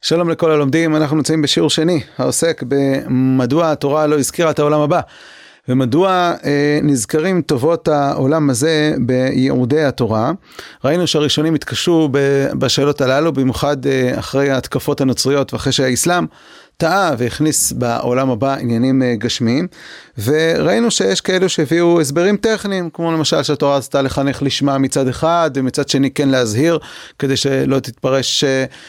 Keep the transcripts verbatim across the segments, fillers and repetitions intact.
שלום לכל הלומדים, אנחנו נמצאים בשיעור שני, העוסק במדוע התורה לא הזכירה את העולם הבא, ומדוע אה, נזכרים טובות העולם הזה בייעודי התורה. ראינו שהראשונים התקשו בשאלות הללו, במיוחד אה, אחרי ההתקפות הנוצריות ואחרי שהאסלאם טעה והכניס בעולם הבא עניינים גשמיים, וראינו שיש כאלו שהביאו הסברים טכניים, כמו למשל שהתורה רצתה לחנך לשמה מצד אחד, ומצד שני כן להזהיר, כדי שלא תתפרש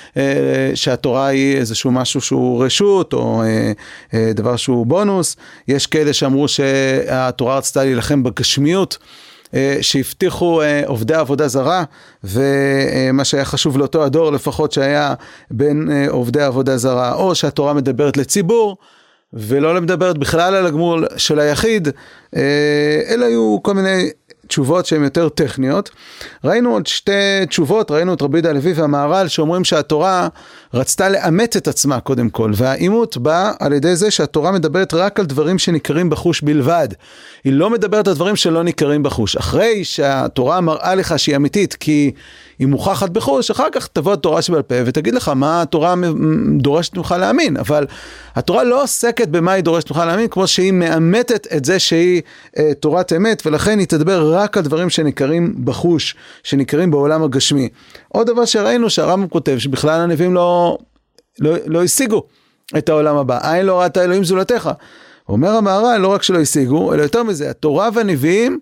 שהתורה היא איזשהו משהו שהוא רשות, או דבר שהוא בונוס. יש כאלה שאמרו שהתורה רצתה להילחם בגשמיות, שהבטיחו עובדי עבודה זרה, ומה שהיה חשוב לאותו הדור לפחות שהיה בין עובדי עבודה זרה, או שהתורה מדברת לציבור ולא מדברת בכלל על הגמול של היחיד. אלה היו כל מיני תשובות שהן יותר טכניות. ראינו עוד שתי תשובות, ראינו את רבי יהודה הלוי והמהר"ל שאומרים שהתורה רצתה לאמת את עצמה קודם כל, והאימות בא על ידי זה שהתורה מדברת רק על דברים שניכרים בחוש בלבד. היא לא מדברת על דברים שלא ניכרים בחוש. אחרי שהתורה מראה לך שהיא אמיתית כי היא מוכחת בחוש, אחר כך תבוא התורה שבעל פה ותגיד לך מה התורה דורשת ממך להאמין, אבל התורה לא עוסקת במה היא דורשת ממך להאמין, כמו שהיא מאמתת את זה שהיא אה, תורת אמת, ולכן היא תדבר רק על דברים שניכרים בחוש, שניכרים בעולם הגשמי. עוד דבר שראינו שהרמב"ם כותב שבכלל הנביאים לא, לא, לא השיגו את העולם הבא, עין לא ראתה אלוהים זולתך. אומר המהר"ל, לא רק שלא השיגו, אלא יותר מזה, התורה והנביאים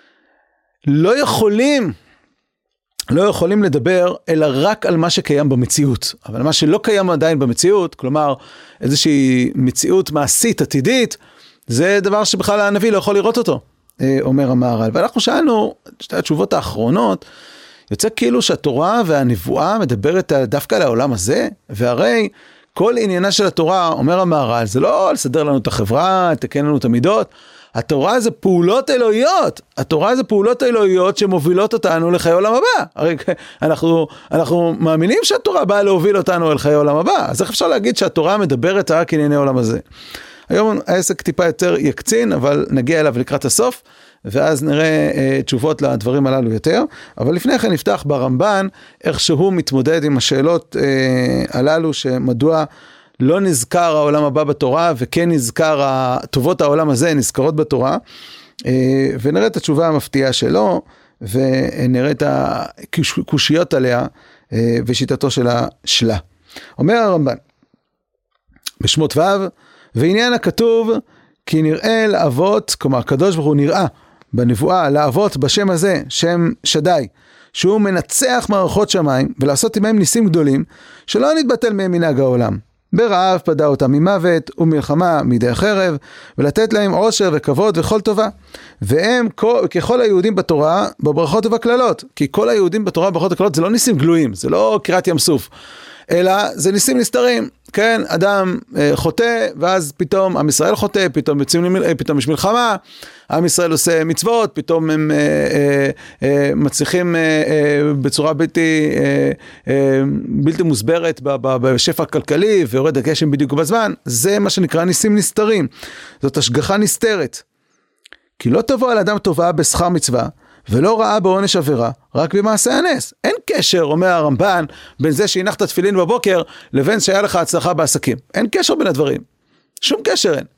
לא יכולים לא יכולים לדבר אלא רק על מה שקיים במציאות, אבל מה שלא קיים עדיין במציאות, כלומר איזושהי מציאות מעשית עתידית, זה דבר שבכלל הנביא לא יכול לראות אותו, אומר המהר"ל. ואנחנו שאלנו, שתי התשובות האחרונות, יוצא כאילו שהתורה והנבואה מדברת דווקא על העולם הזה, והרי כל עניינה של התורה, אומר המהר"ל, זה לא לסדר לנו את החברה, לתקן לנו את המידות, התורה זה פעולות אלוהיות, התורה זה פעולות אלוהיות שמובילות אותנו לחיי עולם הבא. הרי אנחנו, אנחנו מאמינים שהתורה באה להוביל אותנו אל חיי עולם הבא, אז איך אפשר להגיד שהתורה מדברת רק ענייני עולם הזה? היום העסק טיפה יותר יקצין, אבל נגיע אליו לקראת הסוף, ואז נראה אה, תשובות לדברים הללו יותר. אבל לפני כן נפתח ברמב"ן, איך שהוא מתמודד עם השאלות אה, הללו, שמדוע לא נזכר העולם הבא בתורה, וכן נזכר טובות העולם הזה, נזכרות בתורה, ונראה את התשובה המפתיעה שלו, ונראה את הקושיות עליה, ושיטתו של השלה. אומר הרמב"ן, בשמות ו' ועניין הכתוב, כי נראה לאבות, כלומר, הקדוש ברוך הוא נראה בנבואה, לאבות בשם הזה, שם שדי, שהוא מנצח מערכות שמיים, ולעשות עמהם ניסים גדולים, שלא נתבטל מהם מנהג העולם. ברעב פדה אותם ממוות ומלחמה מידי חרב, ולתת להם עושר וכבוד וכל טובה. והם ככל היהודים בתורה בברכות ובכללות, כי כל היהודים בתורה בברכות ובכללות זה לא ניסים גלויים, זה לא קריאת ים סוף, אלא זה ניסים נסתרים. כן, אדם אה, חוטא, ואז פתאום עם ישראל חוטא, פתאום יוצאים, פתאום יש מלחמה, עם ישראל עושה מצוות, פתאום הם אה, אה, אה, מצליחים אה, אה, בצורה בלתי, אה, אה, בלתי מוסברת בשפע הכלכלי, ויורד הגשם בדיוק בזמן. זה מה שנקרא ניסים נסתרים. זאת השגחה נסתרת. כי לא תבוא על אדם טובה בשכר מצווה, ולא ראה בעונש עבירה, רק במעשה הנס. אין קשר, אומר הרמב"ן, בין זה שהנחת תפילין בבוקר, לבין שהיה לך הצלחה בעסקים. אין קשר בין הדברים. שום קשר אין.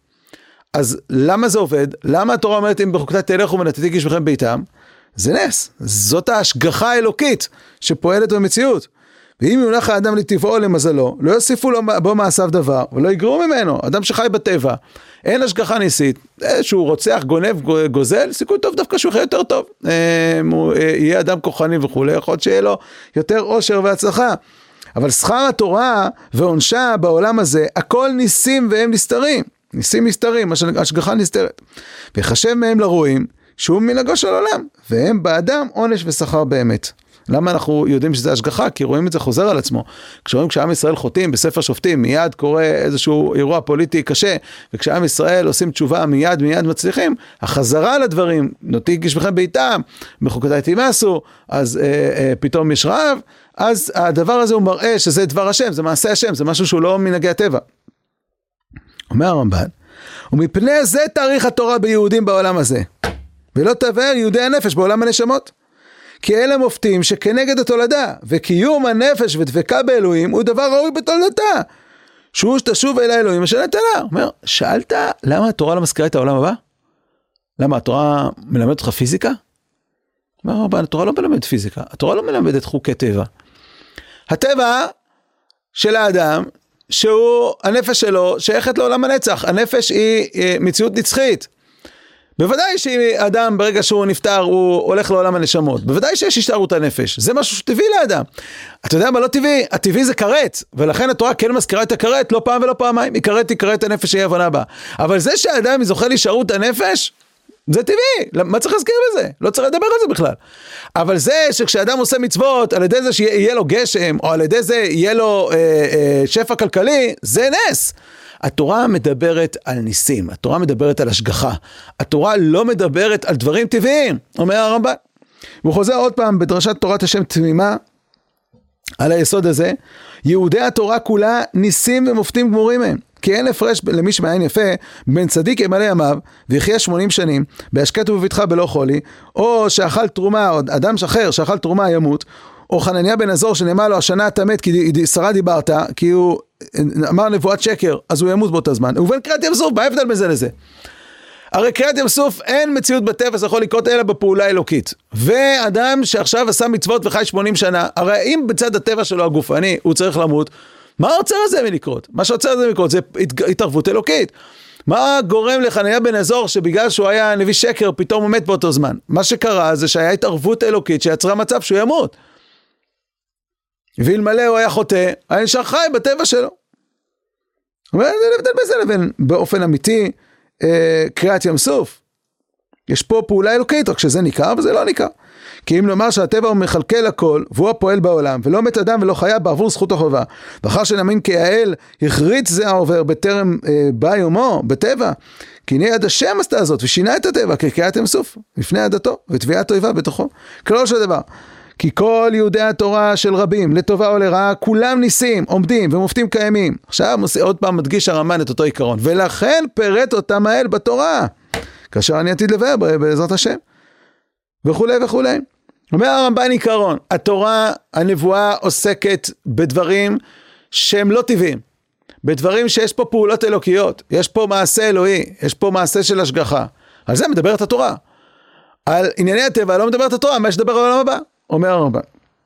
אז למה זה עובד? למה התורה אומרת, אם בחוקתי תלכו ונתתי איש בכם ביתם? זה נס. זאת ההשגחה האלוקית שפועלת במציאות. ואם יונח האדם לטבעו למזלו, לא יוסיפו לו בו מעשיו דבר, ולא יגרו ממנו. אדם שחי בטבע, אין השגחה ניסית, שהוא רוצח, גונב, גוזל, סיכוי טוב דווקא שהוא יחיה יותר טוב. הוא יהיה אדם כוחני וכו', יכול להיות שיהיה לו יותר עושר והצלחה. אבל שכר התורה ועונשה בעולם הזה, הכל ניסים והם נסתרים. ניסים נסתרים, השגחה נסתרת. ויחשב מהם לרועים, שהוא מנהגו של עולם, והם באדם עונש ושכר באמת. למה אנחנו יודעים שזה השגחה? כי רואים את זה חוזר על עצמו. כשרואים כשעם ישראל חוטאים בספר שופטים, מיד קורה איזשהו אירוע פוליטי קשה, וכשעם ישראל עושים תשובה מיד מיד מצליחים, החזרה לדברים, נוטי איש בכם ביתם, בחוקתי תימסו, אז אה, אה, פתאום יש רעב, אז הדבר הזה הוא מראה שזה דבר השם, זה מעשה השם, זה משהו שהוא לא מנהגי הטבע. אומר הרמב"ן, ומפני זה תאריך התורה ביהודים בעולם הזה, ולא תבהר יהודי הנפש בעולם הנשמות. כי אלה מופתים שכנגד התולדה, וקיום הנפש ודבקה באלוהים הוא דבר ראוי בתולדתה, שהוא שתשוב אל האלוהים אשר נתנה. הוא אומר, שאלת למה התורה לא מזכירה את העולם הבא? למה התורה מלמדת אותך פיזיקה? אומר רבן, התורה לא מלמדת פיזיקה, התורה לא מלמדת חוקי טבע. הטבע של האדם, שהוא, הנפש שלו, שייכת לעולם הנצח, הנפש היא, היא מציאות נצחית. בוודאי שאדם ברגע שהוא נפטר הוא הולך לעולם הנשמות, בוודאי שיש השתערות הנפש, זה משהו שטבעי לאדם. אתה יודע מה לא טבעי? הטבעי זה כרת, ולכן התורה כן מזכירה את הכרת לא פעם ולא פעמיים, היא כרת, היא כרת הנפש שהיא הבנה בה. אבל זה שהאדם זוכה להישארות הנפש, זה טבעי, מה צריך להזכיר בזה? לא צריך לדבר על זה בכלל. אבל זה שכשאדם עושה מצוות, על ידי זה שיהיה לו גשם, או על ידי זה יהיה לו אה, אה, שפע כלכלי, זה נס. התורה מדברת על ניסים, התורה מדברת על השגחה, התורה לא מדברת על דברים טבעיים, אומר הרמב"ן. הוא חוזר עוד פעם בדרשת תורת השם תמימה, על היסוד הזה, יהודי התורה כולה ניסים ומופתים גמורים הם, כי אין הפרש למי שמעין יפה, בין צדיק ימלא ימיו, ויחיה שמונים שנים, בהשקט ובבטחה בלא חולי, או שאכל תרומה, או אדם אחר שאכל תרומה ימות, או חנניה בן עזור שנאמר לו השנה אתה מת כי שרה דיברת, כי הוא אמר נבואת שקר, אז הוא ימות באותו זמן. ובין קריאת ים סוף, מה ההבדל בזה לזה? הרי קריאת ים סוף אין מציאות בטבע, זה יכול לקרות אלא בפעולה אלוקית. ואדם שעכשיו עשה מצוות וחי שמונים שנה, הרי אם בצד הטבע שלו הגופני הוא צריך למות, מה עוצר הזה מלקרות? מה שעוצר הזה מלקרות זה התערבות אלוקית. מה גורם לחנניה בן עזור שבגלל שהוא היה נביא שקר פתאום הוא מת באותו זמן? מה שקרה זה שהיה התערבות אלוקית שיצרה מצב שהוא ימות. ואלמלא הוא היה חוטא, היה נשאר חי בטבע שלו. אבל זה לבדל בזה לבין באופן אמיתי אה, קריאת ים סוף. יש פה פעולה אלוקית, רק שזה ניכר וזה לא ניכר. כי אם נאמר שהטבע הוא מחלקל הכל, והוא הפועל בעולם, ולא מת אדם ולא חיה בעבור זכות החובה, ואחר שנאמין כי האל החריץ זה העובר בטרם אה, בא יומו, בטבע, כי הנה יד השם עשתה זאת, ושינה את הטבע כקריאת ים סוף, לפני עדתו, ותביעת אויבה בתוכו. כלול של דבר. כי כל יהודי התורה של רבים, לטובה או לרעה, כולם ניסים, עומדים ומופתים קיימים. עכשיו עוד פעם מדגיש הרמב"ן את אותו עיקרון, ולכן פירט אותם האל בתורה, כאשר אני עתיד לבאר בעזרת השם, וכולי וכולי. אומר הרמב"ן עיקרון, התורה, הנבואה עוסקת בדברים שהם לא טבעיים, בדברים שיש פה פעולות אלוקיות, יש פה מעשה אלוהי, יש פה מעשה של השגחה. על זה מדברת התורה. על ענייני הטבע לא מדברת התורה, מה שדבר על העולם הבא. אומר הרמב"ן,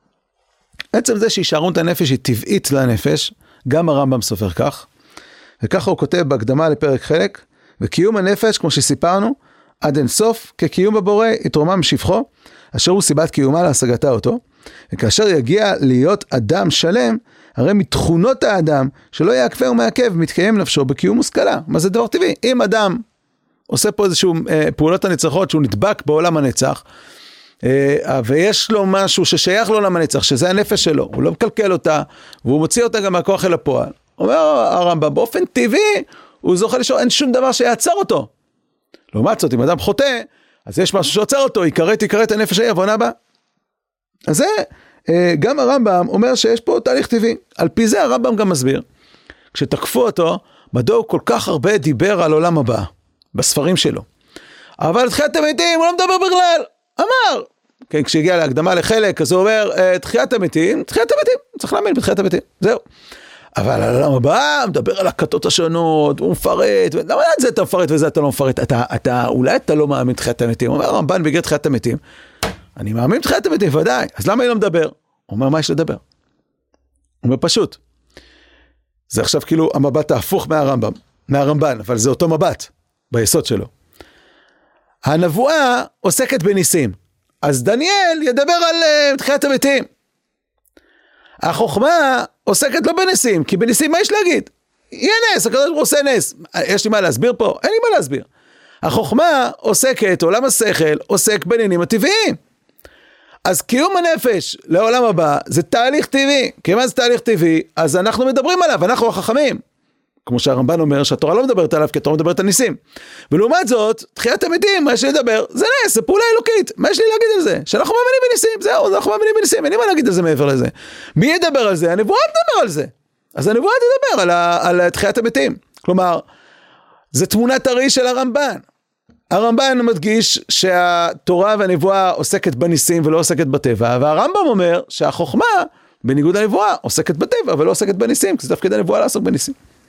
עצם זה שהישארות הנפש היא טבעית לנפש, גם הרמב"ם סופר כך, וככה הוא כותב בהקדמה לפרק חלק, וקיום הנפש, כמו שסיפרנו, עד אין סוף, כקיום בבורא, יתרומם שפחו, אשר הוא סיבת קיומה להשגתה אותו, וכאשר יגיע להיות אדם שלם, הרי מתכונות האדם, שלא יעכבה ומעכב, מתקיים נפשו בקיום מושכלה. מה זה דבר טבעי? אם אדם עושה פה איזשהו אה, פעולות הנצחות, שהוא נדבק בעולם הנצח, ויש לו משהו ששייך לו לעולם הנצח, שזה הנפש שלו, הוא לא מקלקל אותה, והוא מוציא אותה גם מהכוח אל הפועל. אומר הרמב"ם, באופן טבעי, הוא זוכה לשאול, אין שום דבר שיעצר אותו. לעומת זאת, אם אדם חוטא, אז יש משהו שעוצר אותו, יקראת, יקראת הנפש ההיא, עוונה בה. אז זה, גם הרמב"ם אומר שיש פה תהליך טבעי. על פי זה הרמב"ם גם מסביר. כשתקפו אותו, מדוע הוא כל כך הרבה דיבר על עולם הבא, בספרים שלו. אבל תחיית המתים, הוא לא מדבר בכלל. אמר, כן, כשהגיע להקדמה לחלק, אז הוא אומר, תחיית המתים, תחיית המתים, צריך להאמין בתחיית המתים, זהו. אבל על העולם הבא, מדבר על הכתות השונות, הוא מפרט, למה את זה אתה מפרט וזה אתה לא מפרט? אתה, אתה, אולי אתה לא מאמין בתחיית המתים, הוא אומר, הרמב"ן בגלל תחיית המתים, אני מאמין בתחיית המתים, ודאי, אז למה היא לא מדבר? הוא אומר, מה יש לדבר? הוא אומר, פשוט. זה עכשיו כאילו המבט ההפוך מהרמב"ם, מהרמב"ן, אבל זה אותו מבט, ביסוד שלו. הנבואה עוסקת בניסים, אז דניאל ידבר על uh, תחיית המתים. החוכמה עוסקת לא בניסים, כי בניסים מה יש להגיד? יהיה נס, הקדוש ברוך הוא עושה נס. יש לי מה להסביר פה? אין לי מה להסביר. החוכמה עוסקת, עולם השכל, עוסק בעניינים הטבעיים. אז קיום הנפש לעולם הבא זה תהליך טבעי. כי מה זה תהליך טבעי? אז אנחנו מדברים עליו, אנחנו החכמים. כמו שהרמב"ן אומר שהתורה לא מדברת עליו, כי התורה מדברת על ניסים. ולעומת זאת, תחיית המתים, מה יש לי לדבר? זה נס, זה פעולה אלוקית. מה יש לי להגיד על זה? שאנחנו מאמינים בניסים, זהו, אנחנו מאמינים בניסים, אין לי מה להגיד על זה מעבר לזה. מי ידבר על זה? הנבואה תדבר על זה. אז הנבואה תדבר על, ה, על תחיית המתים. כלומר, זה תמונת הראי של הרמב"ן. הרמב"ן מדגיש שהתורה והנבואה עוסקת בניסים ולא עוסקת בטבע, והרמב"ם אומר שהחוכמה, בניגוד לנבואה, עוסקת בטבע ולא עוסקת בניסים, כי זה תפקיד הנבואה לעסוק בניסים.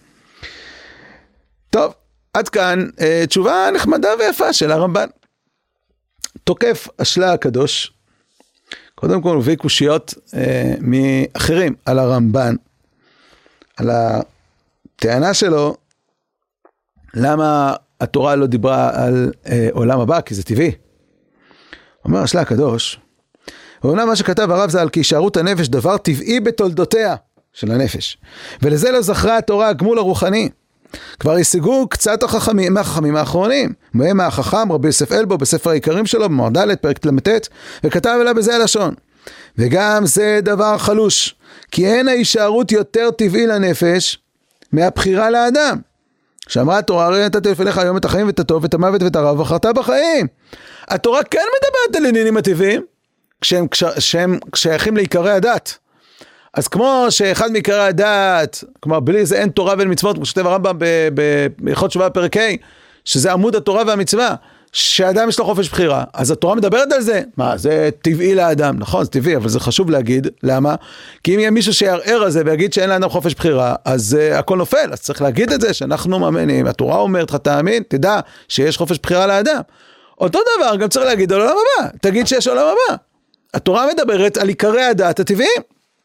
טוב, עד כאן תשובה נחמדה ויפה של הרמב"ן. תוקף השלה הקדוש, קודם כל מביא קושיות אה, מאחרים על הרמב"ן, על הטענה שלו, למה התורה לא דיברה על אה, עולם הבא, כי זה טבעי. אומר השלה הקדוש, ואומנם מה שכתב הרב זה על כי הישארות הנפש דבר טבעי בתולדותיה של הנפש, ולזה לא זכרה התורה הגמול הרוחני. כבר השיגו קצת החכמים מהחכמים האחרונים, מהם החכם רבי יוסף אלבו בספר העיקרים שלו במועד ד' פרק למתת, וכתב אליו בזה הלשון, וגם זה דבר חלוש, כי אין ההישארות יותר טבעי לנפש מהבחירה לאדם. שאמרה התורה, הרי נתתי לפניך היום את החיים ואת הטוב ואת המוות ואת הרע ובחרת בחיים. התורה כן מדברת על עניינים הטבעיים, כשהם, כשהם שייכים לעיקרי הדת. אז כמו שאחד מעיקרי הדת, כלומר בלי זה אין תורה ואין מצוות, כמו שכתב הרמב"ם בהלכות תשובה פרק ה', שזה עמוד התורה והמצווה, שאדם יש לו חופש בחירה, אז התורה מדברת על זה. מה, זה טבעי לאדם, נכון, זה טבעי, אבל זה חשוב להגיד, למה? כי אם יהיה מישהו שיערער על זה ויגיד שאין לאדם חופש בחירה, אז uh, הכל נופל, אז צריך להגיד את זה, שאנחנו מאמינים, התורה אומרת לך תאמין, תדע שיש חופש בחירה לאדם. אותו דבר גם צריך להגיד על עולם הבא, תגיד שיש עולם הבא. התורה מדברת על עיקרי הדת הטבעיים.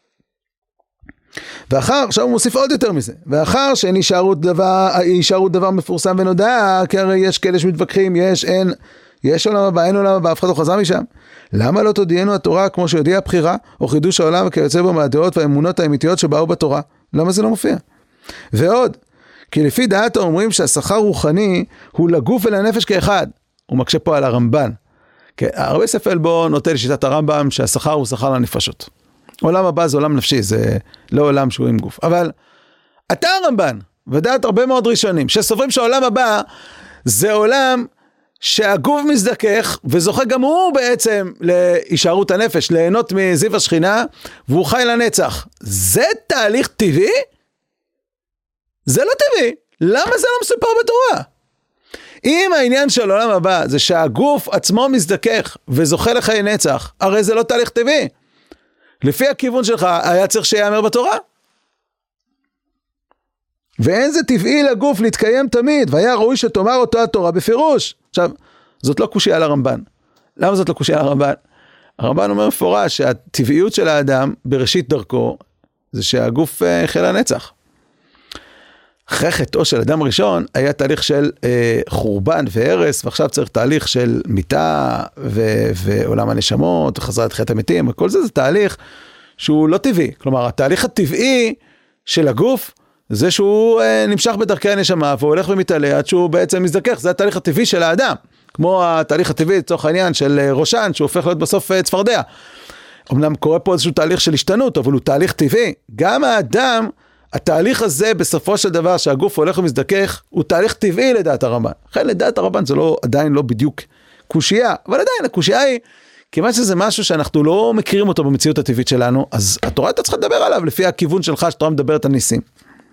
ואחר, עכשיו הוא מוסיף עוד יותר מזה, ואחר שאין הישארות דבר, הישארות דבר מפורסם ונודע, כי הרי יש כאלה שמתווכחים, יש, אין, יש עולם הבא, אין עולם הבא, אף אחד לא חזר משם. למה לא תודיענו התורה כמו שיודיע הבחירה, או חידוש העולם וכיוצא בו מהדעות והאמונות האמיתיות שבאו בתורה? למה זה לא מופיע? ועוד, כי לפי דעת אומרים שהשכר רוחני הוא לגוף ולנפש כאחד. הוא מקשה פה על הרמב"ן. כי הרבה ספל בו נוטה לשיטת הרמב"ם שהשכר הוא שכר לנפשות. עולם הבא זה עולם נפשי, זה לא עולם שהוא עם גוף. אבל אתה הרמב"ן, ודעת הרבה מאוד ראשונים, שסוברים שהעולם הבא זה עולם שהגוף מזדכך, וזוכה גם הוא בעצם להישארות הנפש, ליהנות מזיו השכינה, והוא חי לנצח. זה תהליך טבעי? זה לא טבעי. למה זה לא מסופר בתורה? אם העניין של העולם הבא זה שהגוף עצמו מזדכך, וזוכה לחיי נצח, הרי זה לא תהליך טבעי. לפי הכיוון שלך היה צריך שיאמר בתורה. ואין זה טבעי לגוף להתקיים תמיד, והיה ראוי שתאמר אותו התורה בפירוש. עכשיו, זאת לא קושיה על הרמב"ן. למה זאת לא קושיה על הרמב"ן? הרמב"ן אומר מפורש שהטבעיות של האדם בראשית דרכו, זה שהגוף החל לנצח. אחרי חטאו של אדם ראשון, היה תהליך של אה, חורבן והרס, ועכשיו צריך תהליך של מיטה ו- ועולם הנשמות, וחזרת חטא המתים, וכל זה זה תהליך שהוא לא טבעי. כלומר, התהליך הטבעי של הגוף, זה שהוא אה, נמשך בדרכי הנשמה, והוא הולך ומתעלה עד שהוא בעצם מזדכך, זה התהליך הטבעי של האדם. כמו התהליך הטבעי, לצורך העניין, של ראשן, שהוא הופך להיות בסוף אה, צפרדע. אמנם קורה פה איזשהו תהליך של השתנות, אבל הוא תהליך טבעי. גם האדם, התהליך הזה בסופו של דבר שהגוף הולך ומזדכך, הוא תהליך טבעי לדעת הרמב"ן. לכן לדעת הרמב"ן זה לא, עדיין לא בדיוק קושייה, אבל עדיין הקושייה היא, כיוון שזה משהו שאנחנו לא מכירים אותו במציאות הטבעית שלנו, אז התורה אתה צריך לדבר עליו לפי הכיוון שלך שתורה מדברת על ניסים.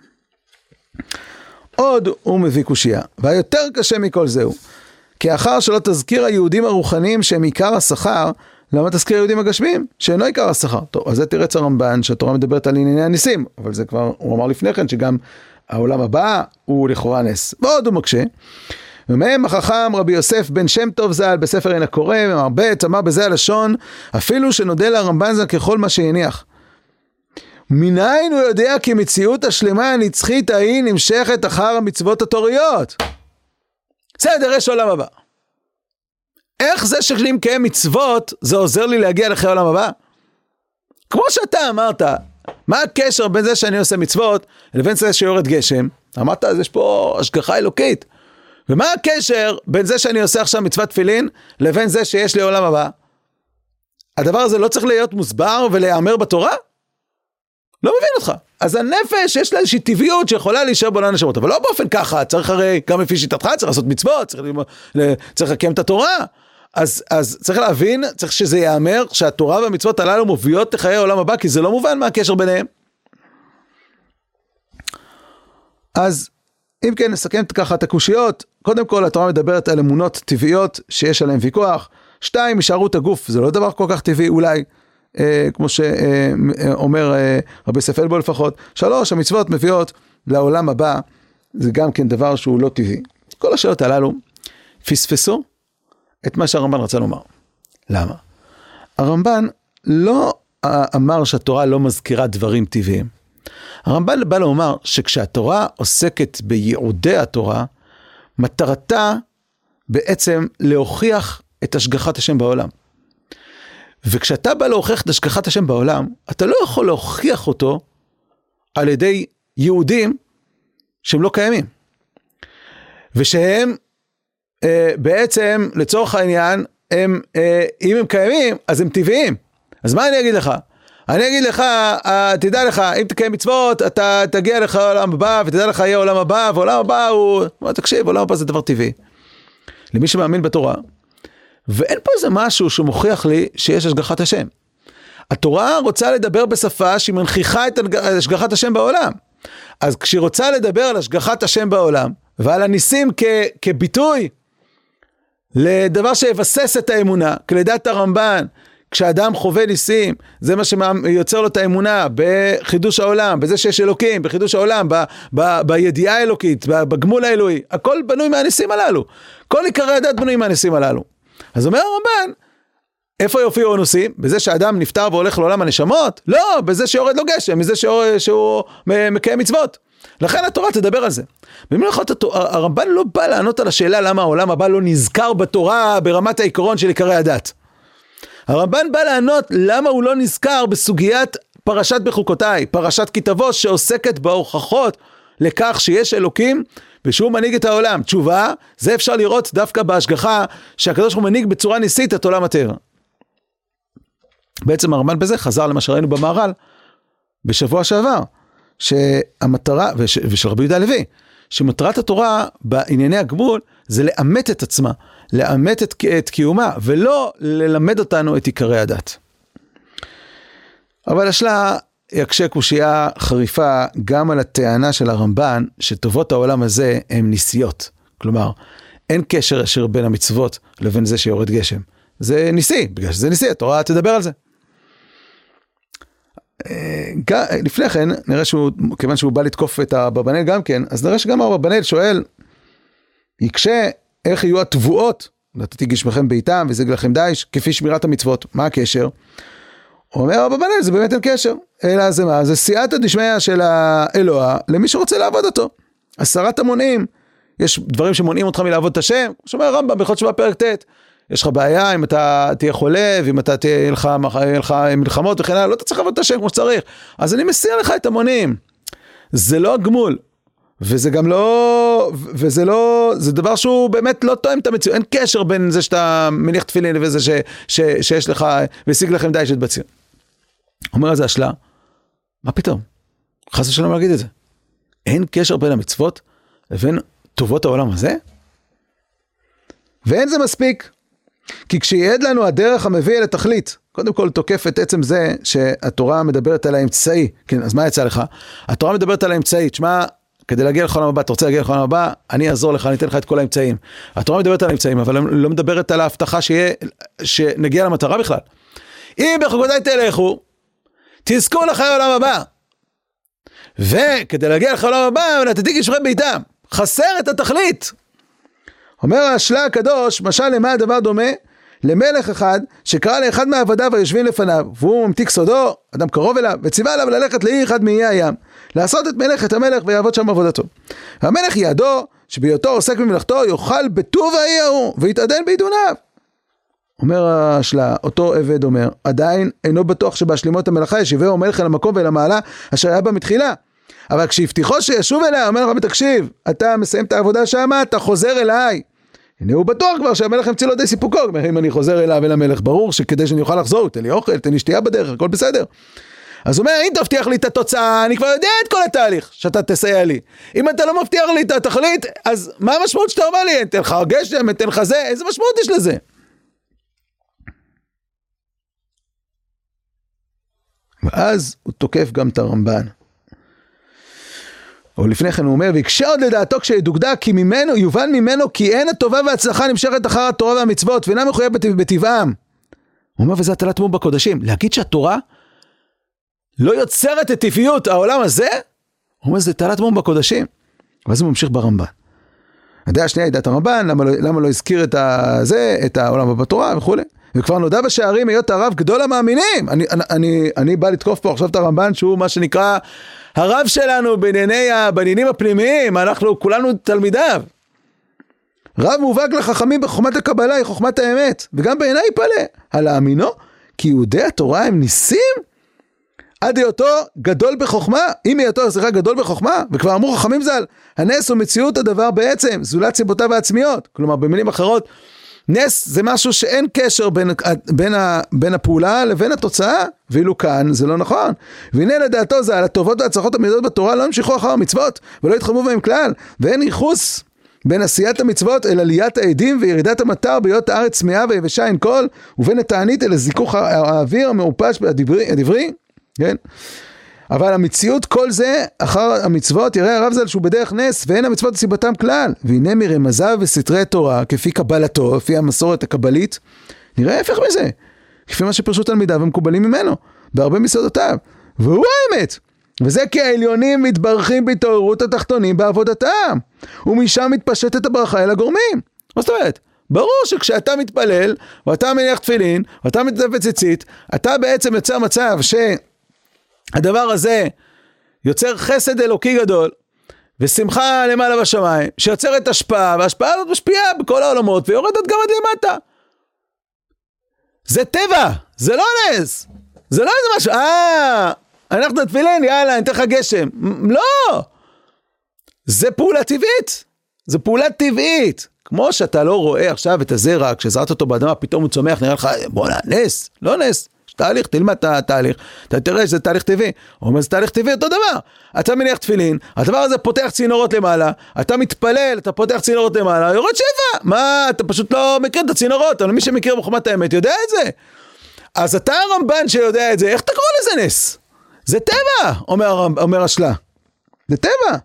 עוד הוא מביא קושייה, והיותר קשה מכל זהו, כי אחר שלא תזכיר היהודים הרוחניים שהם עיקר השכר, למה תזכיר היהודים הגשמיים? שאינו עיקר השכר. טוב, אז זה תרץ הרמב"ן שהתורה מדברת על ענייני הניסים, אבל זה כבר, הוא אמר לפני כן שגם העולם הבא הוא לכאורה נס. ועוד הוא מקשה. ומהם החכם רבי יוסף בן שם טוב ז"ל בספר עין הקורא, אמר ב' אמר בזה הלשון, אפילו שנודע לרמב"ן זה ככל מה שהניח. מניין הוא יודע כי מציאות השלמה הנצחית ההיא נמשכת אחר המצוות התוריות. בסדר, יש עולם הבא. איך זה שלי מקיים מצוות, זה עוזר לי להגיע לחיי עולם הבא? כמו שאתה אמרת, מה הקשר בין זה שאני עושה מצוות, לבין זה שיורד גשם? אמרת, אז יש פה השגחה אלוקית. ומה הקשר בין זה שאני עושה עכשיו מצוות תפילין, לבין זה שיש לי עולם הבא? הדבר הזה לא צריך להיות מוסבר ולהיאמר בתורה? לא מבין אותך. אז הנפש יש לה איזושהי טבעיות שיכולה להישאר בעולם הנשמות, אבל לא באופן ככה, צריך הרי, גם לפי שיטתך, צריך לעשות מצוות, צריך, צריך לקיים את התורה. אז, אז צריך להבין, צריך שזה יאמר שהתורה והמצוות הללו מובילות לחיי העולם הבא, כי זה לא מובן מה הקשר ביניהם. אז אם כן, נסכם ככה את הקושיות. קודם כל, התורה מדברת על אמונות טבעיות שיש עליהן ויכוח. שתיים, הישארות הגוף, זה לא דבר כל כך טבעי אולי, אה, כמו שאומר אה, רבי יוסף אלבו לפחות. שלוש, המצוות מביאות לעולם הבא, זה גם כן דבר שהוא לא טבעי. כל השאלות הללו פספסו את מה שהרמב"ן רצה לומר. למה? הרמב"ן לא אמר שהתורה לא מזכירה דברים טבעיים. הרמב"ן בא לומר שכשהתורה עוסקת בייעודי התורה, מטרתה בעצם להוכיח את השגחת השם בעולם. וכשאתה בא להוכיח את השגחת השם בעולם, אתה לא יכול להוכיח אותו על ידי יהודים שהם לא קיימים. ושהם אה, בעצם לצורך העניין, הם, אה, אם הם קיימים, אז הם טבעיים. אז מה אני אגיד לך? אני אגיד לך, אה, תדע לך, אם תקיים מצוות, אתה תגיע לך לעולם הבא, ותדע לך יהיה עולם הבא, ועולם הבא הוא, בוא תקשיב, עולם הבא זה דבר טבעי. למי שמאמין בתורה, ואין פה איזה משהו שמוכיח לי שיש השגחת השם. התורה רוצה לדבר בשפה שהיא מנכיחה את השגחת השם בעולם. אז כשהיא רוצה לדבר על השגחת השם בעולם, ועל הניסים כ, כביטוי, לדבר שיבסס את האמונה, כלדעת הרמב"ן, כשאדם חווה ניסים, זה מה שיוצר לו את האמונה, בחידוש העולם, בזה שיש אלוקים, בחידוש העולם, ב, ב, בידיעה האלוקית, בגמול האלוהי, הכל בנוי מהניסים הללו. כל עיקרי הדת בנוי מהניסים הללו. אז אומר הרמב"ן, איפה יופיעו הנושאים? בזה שהאדם נפטר והולך לעולם הנשמות? לא, בזה שיורד לו גשם, בזה שהוא, שהוא מקיים מצוות. לכן התורה תדבר על זה. במלאכות הרמב"ן לא בא לענות על השאלה למה העולם הבא לא נזכר בתורה ברמת העיקרון של עיקרי הדת. הרמב"ן בא לענות למה הוא לא נזכר בסוגיית פרשת בחוקותיי, פרשת כי תבוא שעוסקת בהוכחות לכך שיש אלוקים ושהוא מנהיג את העולם. תשובה, זה אפשר לראות דווקא בהשגחה שהקדוש הוא מנהיג בצורה ניסית את עולם הטבע. בעצם הרמב"ן בזה חזר למה שראינו במהר"ל בשבוע שעבר, שהמטרה, וש, ושל רבי יהודה הלוי, שמטרת התורה בענייני הגמול זה לאמת את עצמה, לאמת את, את קיומה, ולא ללמד אותנו את עיקרי הדת. אבל השלה יקשה קושייה חריפה גם על הטענה של הרמב"ן, שטובות העולם הזה הן ניסיות. כלומר, אין קשר ישיר בין המצוות לבין זה שיורד גשם. זה ניסי, בגלל שזה ניסי, התורה תדבר על זה. לפני כן, נראה שהוא, כיוון שהוא בא לתקוף את אברבנאל גם כן, אז נראה שגם אברבנאל שואל, יקשה איך יהיו התבואות, נתתי גשמכם ביתם וזג לכם דיש, כפי שמירת המצוות. מה הקשר? הוא אומר אברבנאל, זה באמת אין קשר, אלא זה מה? זה סייעתא דשמיא של האלוה, למי שרוצה לעבוד אותו. עשרת המונעים, יש דברים שמונעים אותך מלעבוד את השם, כמו שאומר הרמב"ם בהלכות תשובה פרק ט', יש לך בעיה אם אתה תהיה חולה, ואם אתה תהיה לך, לך מלחמות וכן הלאה, לא אתה צריך לעבוד את השם כמו שצריך. אז אני מסיר לך את המונים. זה לא הגמול. וזה גם לא, וזה לא, זה דבר שהוא באמת לא תואם את המציאות. אין קשר בין זה שאתה מניח תפילין וזה ש, ש, שיש לך, והשיג לכם די שאת בציר. אומר על זה השלה, מה פתאום? חס ושלום להגיד את זה. אין קשר בין המצוות לבין טובות העולם הזה? ואין זה מספיק. כי כשיעד לנו הדרך המביא אל התכלית, קודם כל תוקף את עצם זה שהתורה מדברת על האמצעי. כן, אז מה יצא לך? התורה מדברת על האמצעי. תשמע, כדי להגיע לך לעולם הבא, אתה רוצה להגיע לך לעולם הבא, אני אעזור לך, אני אתן לך את כל האמצעים. התורה מדברת על האמצעים, אבל לא מדברת על ההבטחה שיהיה, שנגיע למטרה בכלל. אם בחוקותיי תלכו, תזכו לך לעולם הבא. וכדי להגיע לך לעולם הבא, נתתי גשמכם ביתם. חסר את התכלית. אומר השלה הקדוש, משל למה הדבר דומה? למלך אחד שקרא לאחד מעבדיו היושבים לפניו, והוא ממתיק סודו, אדם קרוב אליו, וציווה עליו ללכת לעיר אחד מאיי הים, לעשות את מלאכת המלך ויעבוד שם עבודתו. והמלך יעדו, שבהיותו עוסק במלאכתו, יאכל בטוב האי ההוא, ויתעדן בעידוניו. אומר השלה, אותו עבד אומר, עדיין אינו בטוח שבהשלימות המלאכה ישיבהו המלך אל המקום ואל המעלה, אשר היה בה מתחילה. אבל כשהבטיחו שישוב אליה, אומר לך, תקשיב, אתה מסיים את העבודה שם, אתה חוזר אליי. הנה הוא בטוח כבר שהמלך המציא לו די סיפוקו, אם אני חוזר אליו אל המלך, ברור שכדי שאני אוכל לחזור, תן לי אוכל, תן לי שתייה בדרך, הכל בסדר. אז הוא אומר, אם תבטיח לי את התוצאה, אני כבר יודע את כל התהליך שאתה תסייע לי. אם אתה לא מבטיח לי את התכלית, אז מה המשמעות שאתה אומר לי? תן לך גשם, תן לך זה, איזה משמעות יש לזה? ואז הוא תוקף גם את הרמב"ן. או לפני כן הוא אומר, ויקשה עוד לדעתו כשידוקדק, כי ממנו, יובן ממנו, כי אין הטובה וההצלחה נמשכת אחר התורה והמצוות, ואינה מחויב בטבעם. הוא אומר, וזה הטלת מום בקודשים. להגיד שהתורה לא יוצרת את טבעיות העולם הזה, הוא אומר, זה הטלת מום בקודשים. ואז הוא ממשיך ברמב"ן. הדעה השנייה היא דעת הרמב"ן, למה לא, למה לא הזכיר את זה, את העולם הבא בתורה וכו'. וכבר נודע בשערים היות הרב גדול המאמינים. אני, אני, אני, אני בא לתקוף פה עכשיו את הרמב"ן, שהוא מה שנקרא הרב שלנו בענייני, בעניינים הפנימיים, אנחנו כולנו תלמידיו. רב מובהק לחכמים בחוכמת הקבלה, היא חוכמת האמת, וגם בעיניי יפלא. על האמינו, כי יהודי התורה הם ניסים, עד היותו גדול בחוכמה, אם היותו סליחה גדול בחוכמה, וכבר אמרו חכמים ז"ל, הנס הוא מציאות הדבר בעצם, זולת סיבותיו העצמיות. כלומר, במילים אחרות, נס זה משהו שאין קשר בין, בין, ה, בין הפעולה לבין התוצאה, ואילו כאן זה לא נכון. והנה לדעתו זה, על הטובות וההצלחות המידות בתורה לא המשיכו אחר המצוות, ולא התחמו בהם כלל, ואין ייחוס בין עשיית המצוות אל עליית העדים וירידת המטר בהיות הארץ צמאה ויבשה אין כל, ובין התענית אל הזיכוך האוויר המעופש הדברי, הדברי, כן? אבל המציאות כל זה אחר המצוות יראה הרב ז"ל שהוא בדרך נס ואין המצוות סיבתם כלל, והנה מרמזיו וסתרי תורה כפי קבלתו, לפי המסורת הקבלית, נראה הפך מזה, כפי מה שפרשו תלמידיו ומקובלים ממנו בהרבה מסודותיו, והוא האמת. וזה כי העליונים מתברכים בהתעוררות התחתונים בעבודתם, ומשם מתפשטת הברכה אל הגורמים. מה זאת אומרת? ברור שכשאתה מתפלל, ואתה מניח תפילין, ואתה מתנפץ ציצית, אתה בעצם יוצר מצב שהדבר הזה יוצר חסד אלוקי גדול, ושמחה למעלה בשמיים, שיוצרת השפעה, וההשפעה הזאת משפיעה בכל העולמות, ויורדת גם עד למטה. זה טבע, זה לא נס, זה לא איזה משהו, אה... אנחנו תפילין, יאללה, אני אתן לך גשם. לא! זה פעולה טבעית. זה פעולה טבעית. כמו שאתה לא רואה עכשיו את הזרע, כשזרעת אותו באדמה, פתאום הוא צומח, נראה לך, בוא נה, נס. לא נס. יש תהליך, תלמד את התהליך. אתה תראה שזה תהליך טבעי. הוא אומר, זה תהליך טבעי אותו דבר. אתה מניח תפילין, הדבר הזה פותח צינורות למעלה, אתה מתפלל, אתה פותח צינורות למעלה, יורד שבע. מה? אתה פשוט לא מכיר את הצינורות, אבל מי שמכיר בחוכמת האמת יודע את זה. אז אתה הרמב"ן שיודע את זה, איך אתה קורא לזה נס? זה טבע, אומר, אומר השלה. זה טבע.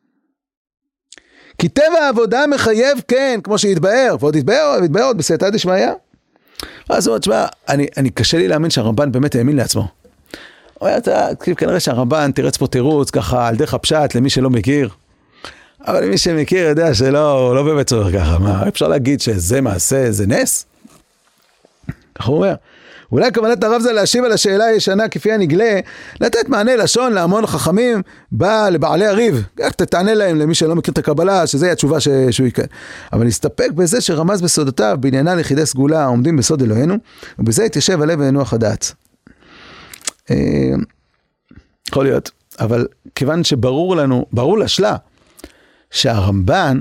כי טבע העבודה מחייב, כן, כמו שהתבאר, ועוד התבאר, התבאר עוד בסייעתא דשמיא. אז הוא אומר, תשמע, אני, אני קשה לי להאמין שהרמב"ן באמת האמין לעצמו. הוא אומר, אתה, כנראה שהרמב"ן תירץ פה תירוץ, ככה, על דרך הפשט, למי שלא מכיר. אבל למי שמכיר, יודע שלא, לא באמת צורך ככה. מה, אפשר להגיד שזה מעשה, זה נס? ככה הוא אומר. אולי כוונת הרב זה להשיב על השאלה הישנה כפי הנגלה, לתת מענה לשון להמון חכמים, בא לבעלי הריב, איך תתענה להם למי שלא מכיר את הקבלה, שזה התשובה ש... שהוא יקרה. אבל נסתפק בזה שרמז בסודותיו, בעניינה ליחידי סגולה, עומדים בסוד אלוהינו, ובזה יתיישב הלב וינוח הדעת. יכול להיות, אבל כיוון שברור לנו, ברור לשלה, שהרמב"ן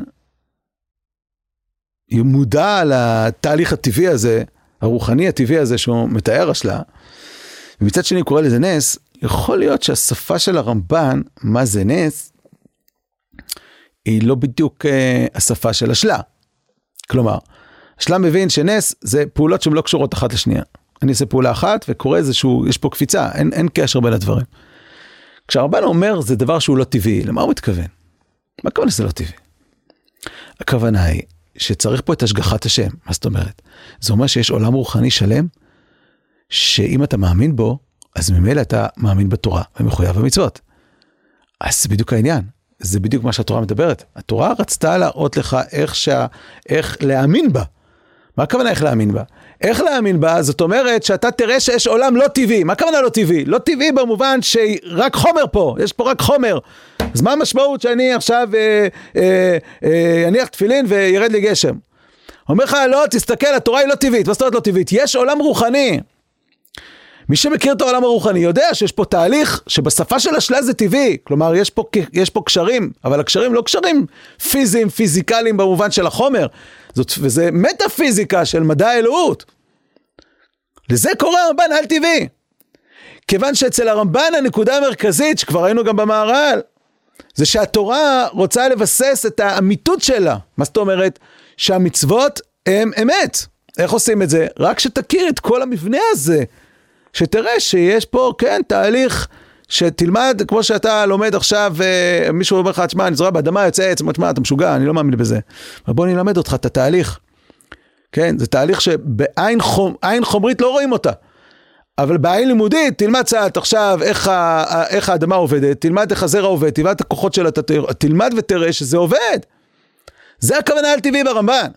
מודע לתהליך הטבעי הזה, הרוחני הטבעי הזה שהוא מתאר השלה, ומצד שני קורא לזה נס, יכול להיות שהשפה של הרמב"ן, מה זה נס, היא לא בדיוק אה, השפה של השלה. כלומר, השלה מבין שנס זה פעולות שהן לא קשורות אחת לשנייה. אני אעשה פעולה אחת וקורא איזשהו, יש פה קפיצה, אין, אין קשר בין הדברים. כשהרמב"ן אומר זה דבר שהוא לא טבעי, למה הוא מתכוון? מה הכוונה שזה לא טבעי? הכוונה היא, שצריך פה את השגחת השם. מה זאת אומרת? זה אומר שיש עולם רוחני שלם, שאם אתה מאמין בו, אז ממילא אתה מאמין בתורה, ומחויב במצוות. אז זה בדיוק העניין. זה בדיוק מה שהתורה מדברת. התורה רצתה להראות לך איך, שה, איך להאמין בה. מה הכוונה איך להאמין בה? איך להאמין בה? זאת אומרת שאתה תראה שיש עולם לא טבעי. מה הכוונה לא טבעי? לא טבעי במובן שרק חומר פה. יש פה רק חומר. אז מה המשמעות שאני עכשיו אה, אה, אה, אניח תפילין וירד לי גשם? אומר לך, לא, תסתכל, התורה היא לא טבעית. מה זאת אומרת לא טבעית? יש עולם רוחני. מי שמכיר את העולם הרוחני יודע שיש פה תהליך שבשפה של השלה זה טבעי. כלומר, יש פה, יש פה קשרים, אבל הקשרים לא קשרים פיזיים, פיזיקליים במובן של החומר. זאת, וזה מטאפיזיקה של מדע האלוהות. לזה קורא הרמב"ן על טבעי. כיוון שאצל הרמב"ן הנקודה המרכזית, שכבר ראינו גם במהר"ל, זה שהתורה רוצה לבסס את האמיתות שלה. מה זאת אומרת? שהמצוות הם אמת. איך עושים את זה? רק שתכיר את כל המבנה הזה. שתראה שיש פה, כן, תהליך שתלמד כמו שאתה לומד עכשיו, מישהו אומר לך, תשמע, אני זורע באדמה, יוצא עץ, תשמע, אתה משוגע, אני לא מאמין בזה. אבל בוא נלמד אותך את התהליך. כן, זה תהליך שבעין חומ, עין חומרית לא רואים אותה. אבל בעין לימודית, תלמד קצת עכשיו איך, ה, איך האדמה עובדת, תלמד איך הזרע עובד, תלמד את הכוחות שלה, תלמד ותראה שזה עובד. זה הכוונה על טבעי ברמב"ן.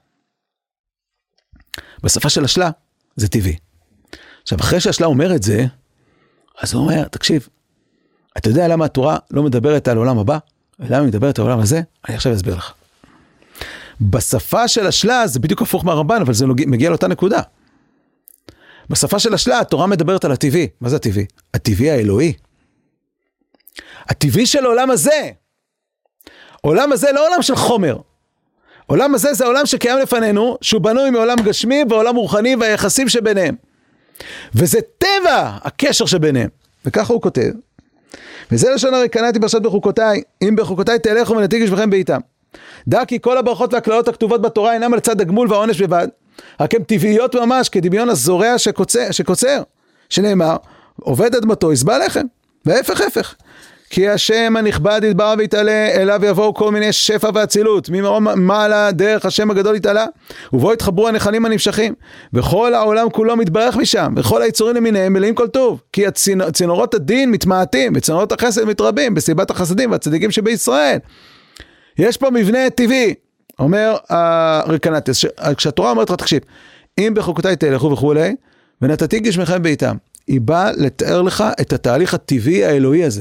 בשפה של השלה, זה טבעי. עכשיו, אחרי שהשלה אומר את זה, אז הוא אומר, תקשיב, אתה יודע למה התורה לא מדברת על עולם הבא? ולמה היא מדברת על העולם הזה? אני עכשיו אסביר לך. בשפה של השלה, זה בדיוק הפוך מהרמב"ן, אבל זה מגיע לאותה נקודה. בשפה של השלה, התורה מדברת על הטבעי. מה זה הטבעי? הטבעי האלוהי. הטבעי של העולם הזה. עולם הזה לא עולם של חומר. עולם הזה זה העולם שקיים לפנינו, שהוא בנוי מעולם גשמי ועולם רוחני והיחסים שביניהם. וזה טבע הקשר שביניהם. וככה הוא כותב. וזה לשון הרי קנאתי פרשת בחוקותיי, אם בחוקותיי תלכו ונתיג ישבכם בעיתם. דע כי כל הברכות והכללות הכתובות בתורה אינם על צד הגמול והעונש בלבד, רק הן טבעיות ממש, כדמיון הזורע שקוצר, שקוצר, שנאמר, עובד אדמתו יסבע לחם, והפך הפך. כי השם הנכבד יתברך ויתעלה, אליו יבואו כל מיני שפע והצילות, ממרום מעלה דרך השם הגדול יתעלה, ובו יתחברו הנחלים הנמשכים, וכל העולם כולו מתברך משם, וכל היצורים למיניהם מלאים כל טוב, כי הצינורות הדין מתמעטים, וצינורות החסד מתרבים, בסיבת החסדים והצדיקים שבישראל. יש פה מבנה טבעי, אומר הרקנטס, כשהתורה אומרת לך, תקשיב, אם בחוקותיי תלכו וכולי, ונתתי גשמכם בעיתם, היא באה לתאר לך את התהליך הטבעי האלוהי הזה.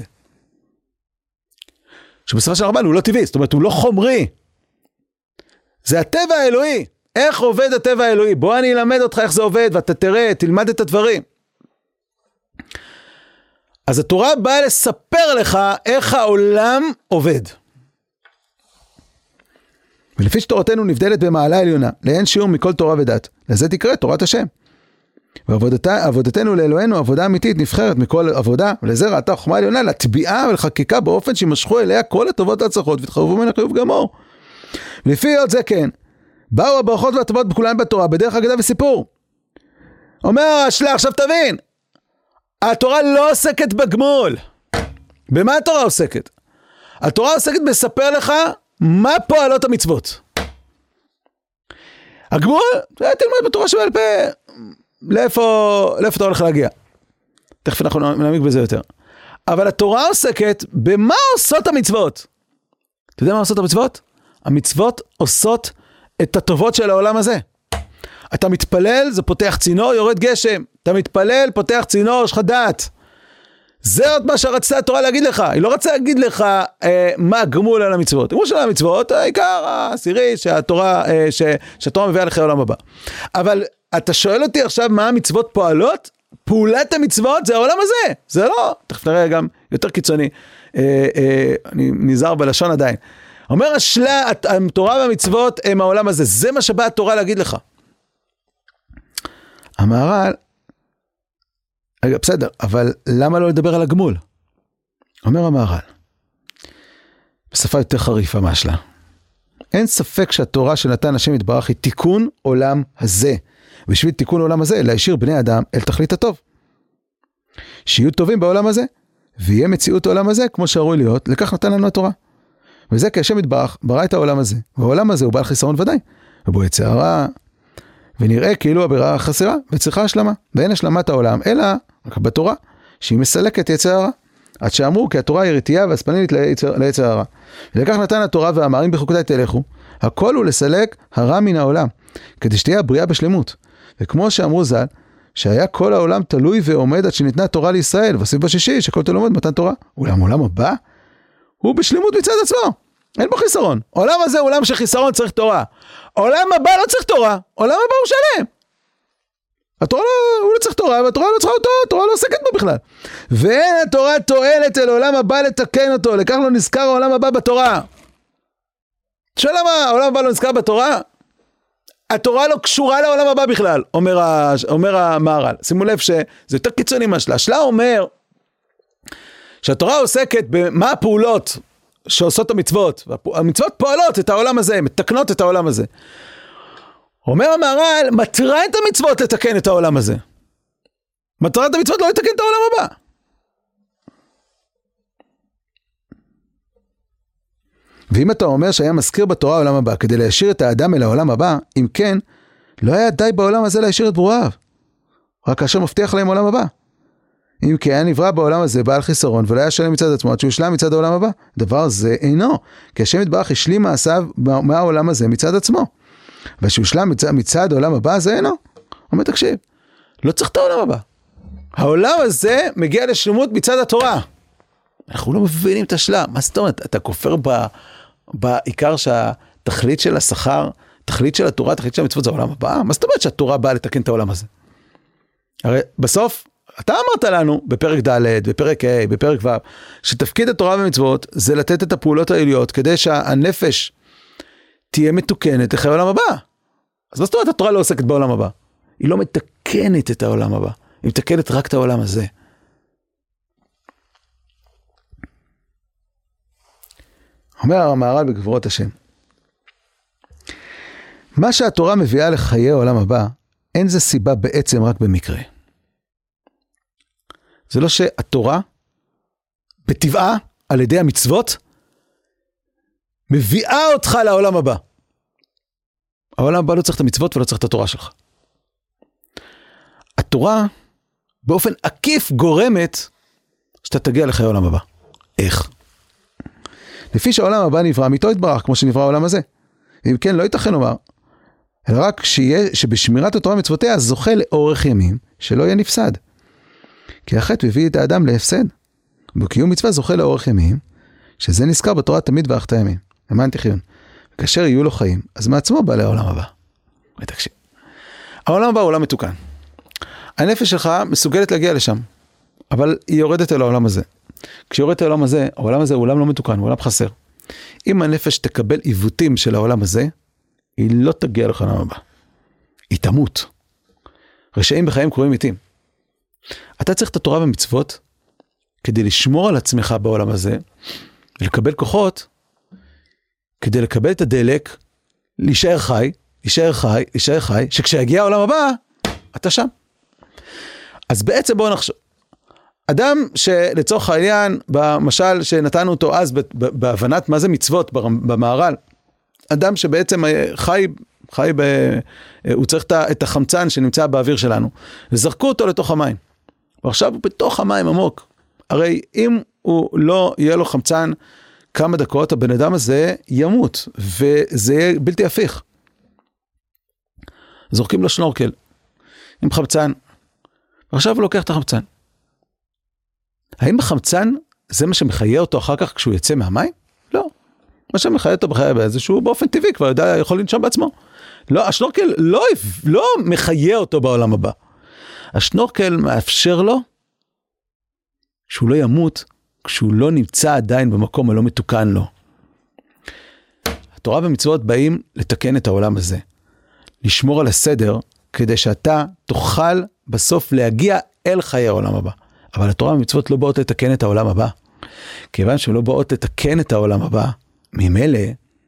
שבשפה של הרמב"ן הוא לא טבעי, זאת אומרת הוא לא חומרי. זה הטבע האלוהי. איך עובד הטבע האלוהי? בוא אני אלמד אותך איך זה עובד, ואתה תראה, תלמד את הדברים. אז התורה באה לספר לך איך העולם עובד. ולפי שתורתנו נבדלת במעלה עליונה, לאין שיעור מכל תורה ודת. לזה תקרא תורת השם. ועבודתנו לאלוהינו, עבודה אמיתית נבחרת מכל עבודה, ולזה ראתה חוכמה עליונה, לתביעה ולחקיקה באופן שימשכו אליה כל הטובות והצלחות, ותחרבו מן החיוב גמור. לפי עוד זה כן, באו הברכות והטובות בכולן בתורה, בדרך אגדה וסיפור. אומר השלה, עכשיו תבין, התורה לא עוסקת בגמול. במה התורה עוסקת? התורה עוסקת בספר לך מה פועלות המצוות. הגמול, תלמד בתורה שבעל פה, לאיפה, לאיפה אתה הולך להגיע? תכף אנחנו נעמיק בזה יותר. אבל התורה עוסקת במה עושות המצוות. אתה יודע מה עושות המצוות? המצוות עושות את הטובות של העולם הזה. אתה מתפלל, זה פותח צינור, יורד גשם. אתה מתפלל, פותח צינור, יש לך דעת. זה עוד מה שרצתה התורה להגיד לך. היא לא רצתה להגיד לך אה, מה גמול על המצוות. גמול של המצוות, העיקר העשירי שהתורה, אה, ש, שהתורה מביאה לך לעולם הבא. אבל אתה שואל אותי עכשיו מה המצוות פועלות? פעולת המצוות זה העולם הזה. זה לא, תכף נראה גם יותר קיצוני. אה, אה, אני נזהר בלשון עדיין. אומר השלה, התורה והמצוות הם העולם הזה. זה מה שבאה התורה להגיד לך. המהר"ל, רגע, בסדר, אבל למה לא לדבר על הגמול? אומר המהר"ל, בשפה יותר חריפה מהשלה. אין ספק שהתורה שנתן השם יתברך היא תיקון עולם הזה. בשביל תיקון עולם הזה, להישיר בני אדם אל תכלית הטוב. שיהיו טובים בעולם הזה, ויהיה מציאות העולם הזה, כמו שראוי להיות, לכך נתן לנו התורה. וזה כי השם יתברך ברא את העולם הזה, והעולם הזה הוא בעל חיסרון ודאי, ובו יצא הרע, ונראה כאילו הבירה חסרה, וצריכה השלמה, ואין השלמת העולם, אלא בתורה, שהיא מסלקת יצא הרע, עד שאמרו כי התורה היא רתיעה והספנינית ליצא הרע. ולכך נתן התורה ואמר, אם בחוקותיי תלכו, הכל הוא לסלק הרע מן העולם, כדי שתהיה הבריאה בשלמות. וכמו שאמרו ז"ל, שהיה כל העולם תלוי ועומד עד שניתנה תורה לישראל, והוסיף בשישי שכל תלוי עומד מתן תורה. אולם העולם הבא, הוא בשלמות מצד עצמו. אין בו חיסרון. עולם הזה הוא עולם שחיסרון צריך תורה. עולם הבא לא צריך תורה. עולם הבא הוא שלם. התורה לא, הוא לא צריך תורה, והתורה לא צריכה אותו, התורה לא עוסקת בו בכלל. ואין התורה תועלת אל עולם הבא לתקן אותו, לכך לא נזכר העולם הבא בתורה. שואל למה העולם הבא לא נזכר בתורה? התורה לא קשורה לעולם הבא בכלל, אומר, ה, אומר המהר"ל. שימו לב שזה יותר קיצוני מהשלה. השלה אומר שהתורה עוסקת במה הפעולות שעושות המצוות. המצוות פועלות את העולם הזה, מתקנות את העולם הזה. אומר המהר"ל, מטרה את המצוות לתקן את העולם הזה. מטרת המצוות לא לתקן את העולם הבא. ואם אתה אומר שהיה מזכיר בתורה העולם הבא, כדי להשאיר את האדם אל העולם הבא, אם כן, לא היה די בעולם הזה להשאיר את ברואיו, רק כאשר מבטיח להם עולם הבא. אם כי היה נברא בעולם הזה בעל חיסרון, ולא היה שלם מצד עצמו, עד שהוא השלם מצד העולם הבא. דבר זה אינו, כי השם יתברך השלים מעשיו מהעולם הזה מצד עצמו. ושהוא השלם מצד, מצד העולם הבא, זה אינו. אומר, תקשיב, לא צריך את העולם הבא. העולם הזה מגיע לשלמות מצד התורה. אנחנו לא מבינים את השלם. מה זאת אומרת? אתה כופר ב, בעיקר שהתכלית של השכר, תכלית של התורה, תכלית של המצוות זה העולם הבא? מה זאת אומרת שהתורה באה לתקן את העולם הזה? הרי בסוף, אתה אמרת לנו בפרק ד', בפרק ה', בפרק ו', שתפקיד התורה ומצוות זה לתת את הפעולות העיליות, כדי שהנפש תהיה מתוקנת אחרי העולם הבא. אז מה זאת אומרת התורה לא עוסקת בעולם הבא? היא לא מתקנת את העולם הבא, היא מתקנת רק את העולם הזה. אומר המהר"ל בגבורות השם, מה שהתורה מביאה לחיי העולם הבא, אין זה סיבה בעצם רק במקרה. זה לא שהתורה, בטבעה, על ידי המצוות, מביאה אותך לעולם הבא. העולם הבא לא צריך את המצוות ולא צריך את התורה שלך. התורה, באופן עקיף גורמת, שאתה תגיע לחיי העולם הבא. איך? לפי שהעולם הבא נברא, מיתו יתברך, כמו שנברא העולם הזה. אם כן, לא ייתכן לומר, אלא רק שיהיה, שבשמירת התורה מצוותיה זוכה לאורך ימים, שלא יהיה נפסד. כי החטא מביא את האדם להפסד. בקיום מצווה זוכה לאורך ימים, שזה נזכר בתורה תמיד ואחת הימים. למען תחיון. וכאשר יהיו לו חיים, אז מעצמו בא לעולם הבא. ותקשיב. העולם הבא הוא עולם מתוקן. הנפש שלך מסוגלת להגיע לשם, אבל היא יורדת אל העולם הזה. כשהיא יורדת אל העולם הזה, העולם הזה הוא עולם לא מתוקן, הוא עולם חסר. אם הנפש תקבל עיוותים של העולם הזה, היא לא תגיע לעולם הבא. היא תמות. רשעים בחיים קרויים מתים. אתה צריך את התורה ומצוות כדי לשמור על עצמך בעולם הזה, ולקבל כוחות, כדי לקבל את הדלק, להישאר חי, להישאר חי, להישאר חי, שכשיגיע העולם הבא, אתה שם. אז בעצם בואו נחשוב. אדם שלצורך העניין, במשל שנתנו אותו אז, בהבנת מה זה מצוות במהר"ל, אדם שבעצם חי, חי ב... הוא צריך את החמצן שנמצא באוויר שלנו, וזרקו אותו לתוך המים. ועכשיו הוא בתוך המים עמוק. הרי אם הוא לא יהיה לו חמצן כמה דקות, הבן אדם הזה ימות, וזה יהיה בלתי הפיך. זורקים לו שנורקל, עם חמצן, ועכשיו הוא לוקח את החמצן. האם החמצן זה מה שמחיה אותו אחר כך כשהוא יצא מהמים? לא. מה שמחיה אותו בחיי באיזשהו באופן טבעי, כבר יודע, יכול לנשום בעצמו. לא, השנורקל לא, לא מחיה אותו בעולם הבא. השנורקל מאפשר לו שהוא לא ימות, כשהוא לא נמצא עדיין במקום הלא מתוקן לו. התורה ומצוות באים לתקן את העולם הזה. לשמור על הסדר, כדי שאתה תוכל בסוף להגיע אל חיי העולם הבא. אבל התורה ומצוות לא באות לתקן את העולם הבא. כיוון שהן לא באות לתקן את העולם הבא, ממילא,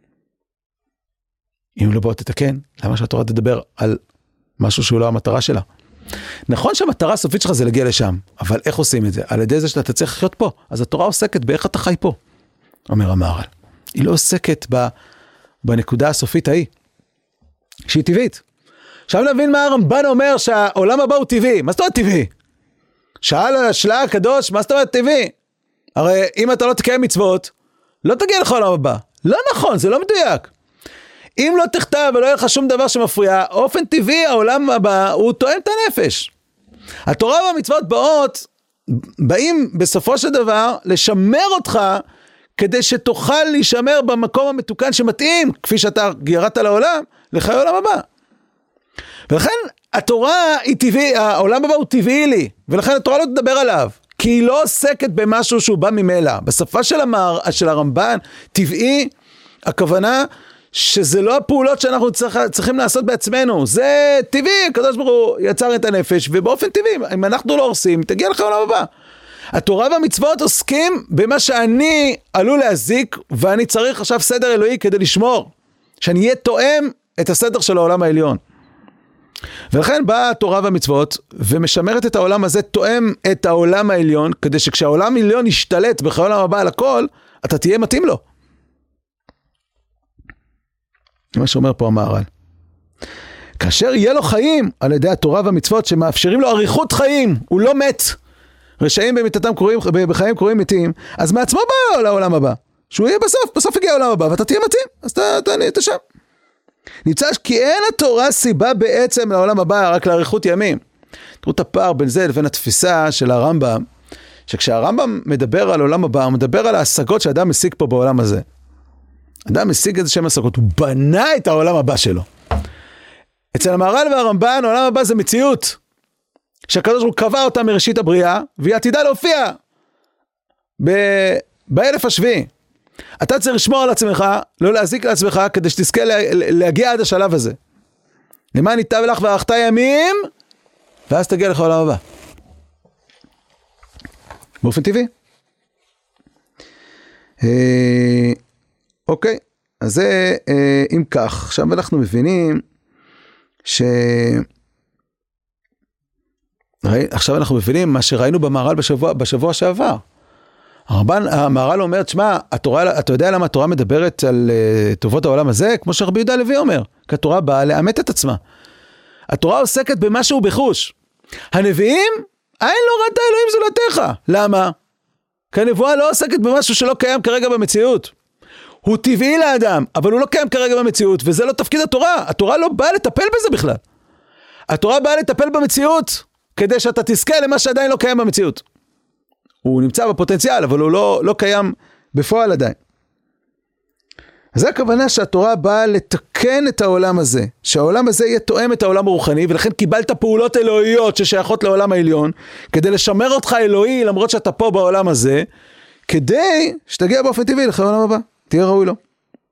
אם לא באות לתקן, למה שהתורה תדבר על משהו שהוא לא המטרה שלה? נכון שהמטרה הסופית שלך זה להגיע לשם, אבל איך עושים את זה? על ידי זה שאתה צריך לחיות פה. אז התורה עוסקת באיך אתה חי פה, אומר המהר"ל. היא לא עוסקת ב, בנקודה הסופית ההיא, שהיא טבעית. עכשיו נבין מה הרמב"ן אומר שהעולם הבא הוא טבעי. מה זאת אומרת טבעי? שאל השלה הקדוש, מה זאת אומרת טבעי? הרי אם אתה לא תקיים מצוות, לא תגיע לך לעולם הבא. לא נכון, זה לא מדויק. אם לא תכתב ולא יהיה לך שום דבר שמפריע, אופן טבעי העולם הבא הוא תואם את הנפש. התורה והמצוות באות, באים בסופו של דבר לשמר אותך, כדי שתוכל להישמר במקום המתוקן שמתאים, כפי שאתה ירדת לעולם, לחיי העולם הבא. ולכן התורה היא טבעי, העולם הבא הוא טבעי לי, ולכן התורה לא תדבר עליו, כי היא לא עוסקת במשהו שהוא בא ממילא. בשפה של, המר, של הרמב"ן, טבעי, הכוונה שזה לא הפעולות שאנחנו צריך, צריכים לעשות בעצמנו, זה טבעי, הקדוש ברוך הוא יצר את הנפש, ובאופן טבעי, אם אנחנו לא עושים, תגיע לך לעולם הבא. התורה והמצוות עוסקים במה שאני עלול להזיק, ואני צריך עכשיו סדר אלוהי כדי לשמור, שאני אהיה תואם את הסדר של העולם העליון. ולכן באה התורה והמצוות, ומשמרת את העולם הזה, תואם את העולם העליון, כדי שכשהעולם העליון ישתלט בחיי העולם הבא על הכל, אתה תהיה מתאים לו. מה שאומר פה המהר"ל. כאשר יהיה לו חיים על ידי התורה והמצוות שמאפשרים לו אריכות חיים, הוא לא מת. רשעים במיתתם קוראים, בחיים קוראים מתים, אז מעצמו בא לעולם הבא. שהוא יהיה בסוף, בסוף יגיע לעולם הבא, ואתה תהיה מתים, אז אתה נהיה שם. נמצא כי אין התורה סיבה בעצם לעולם הבא, רק לאריכות ימים. תראו את הפער בין זה לבין התפיסה של הרמב"ם, שכשהרמב"ם מדבר על עולם הבא, הוא מדבר על ההשגות שאדם משיג פה בעולם הזה. אדם משיג איזה שם השגות, הוא בנה את העולם הבא שלו. אצל המהר"ל והרמב"ן, העולם הבא זה מציאות, שהקדוש ברוך הוא קבע אותה מראשית הבריאה, והיא עתידה להופיע ב- באלף השביעי. אתה צריך לשמור על עצמך, לא להזיק לעצמך, כדי שתזכה לה, להגיע עד השלב הזה. למען ייטב לך וארכת ימים, ואז תגיע לך לעולם הבא. באופן טבעי. אה, אוקיי, אז זה, אה, אם כך, עכשיו אנחנו מבינים, ש... ראי, עכשיו אנחנו מבינים מה שראינו במהר"ל בשבוע, בשבוע שעבר. הרמב"ן, המהר"ל אומר, תשמע, התורה, אתה יודע למה התורה מדברת על uh, טובות העולם הזה? כמו שרבי יהודה הלוי אומר, כי התורה באה לאמת את עצמה. התורה עוסקת במשהו בחוש. הנביאים, אין לא ראית אלוהים זולתך. למה? כי הנבואה לא עוסקת במשהו שלא קיים כרגע במציאות. הוא טבעי לאדם, אבל הוא לא קיים כרגע במציאות, וזה לא תפקיד התורה. התורה לא באה לטפל בזה בכלל. התורה באה לטפל במציאות, כדי שאתה תזכה למה שעדיין לא קיים במציאות. הוא נמצא בפוטנציאל, אבל הוא לא, לא קיים בפועל עדיין. אז זה הכוונה שהתורה באה לתקן את העולם הזה, שהעולם הזה יהיה תואם את העולם הרוחני, ולכן קיבלת פעולות אלוהיות ששייכות לעולם העליון, כדי לשמר אותך אלוהי, למרות שאתה פה בעולם הזה, כדי שתגיע באופן טבעי לחיי העולם הבא, תהיה ראוי לו.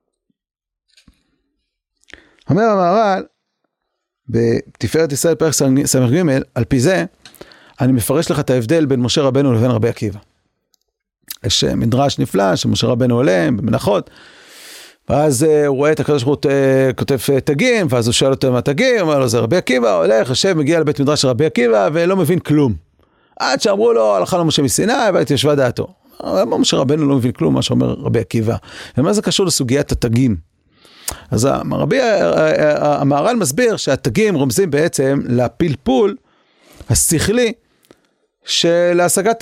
אומר המהר"ל, בתפארת ישראל פרק סמ"ג, על פי זה, אני מפרש לך את ההבדל בין משה רבנו לבין רבי עקיבא. יש מדרש נפלא שמשה רבנו עולה במנחות, ואז הוא רואה את הקדוש ברוך הוא כותב תגים, ואז הוא שואל אותו מה תגים, אומר לו זה רבי עקיבא, הולך, יושב, מגיע לבית מדרש של רבי עקיבא, ולא מבין כלום. עד שאמרו לו, הלכה למשה מסיני, והתיישבה דעתו. משה רבנו לא מבין כלום, מה שאומר רבי עקיבא. ומה זה קשור לסוגיית התגים? אז הרבי, המהר"ל מסביר שהתגים רומזים בעצם לפלפול השכלי של השגת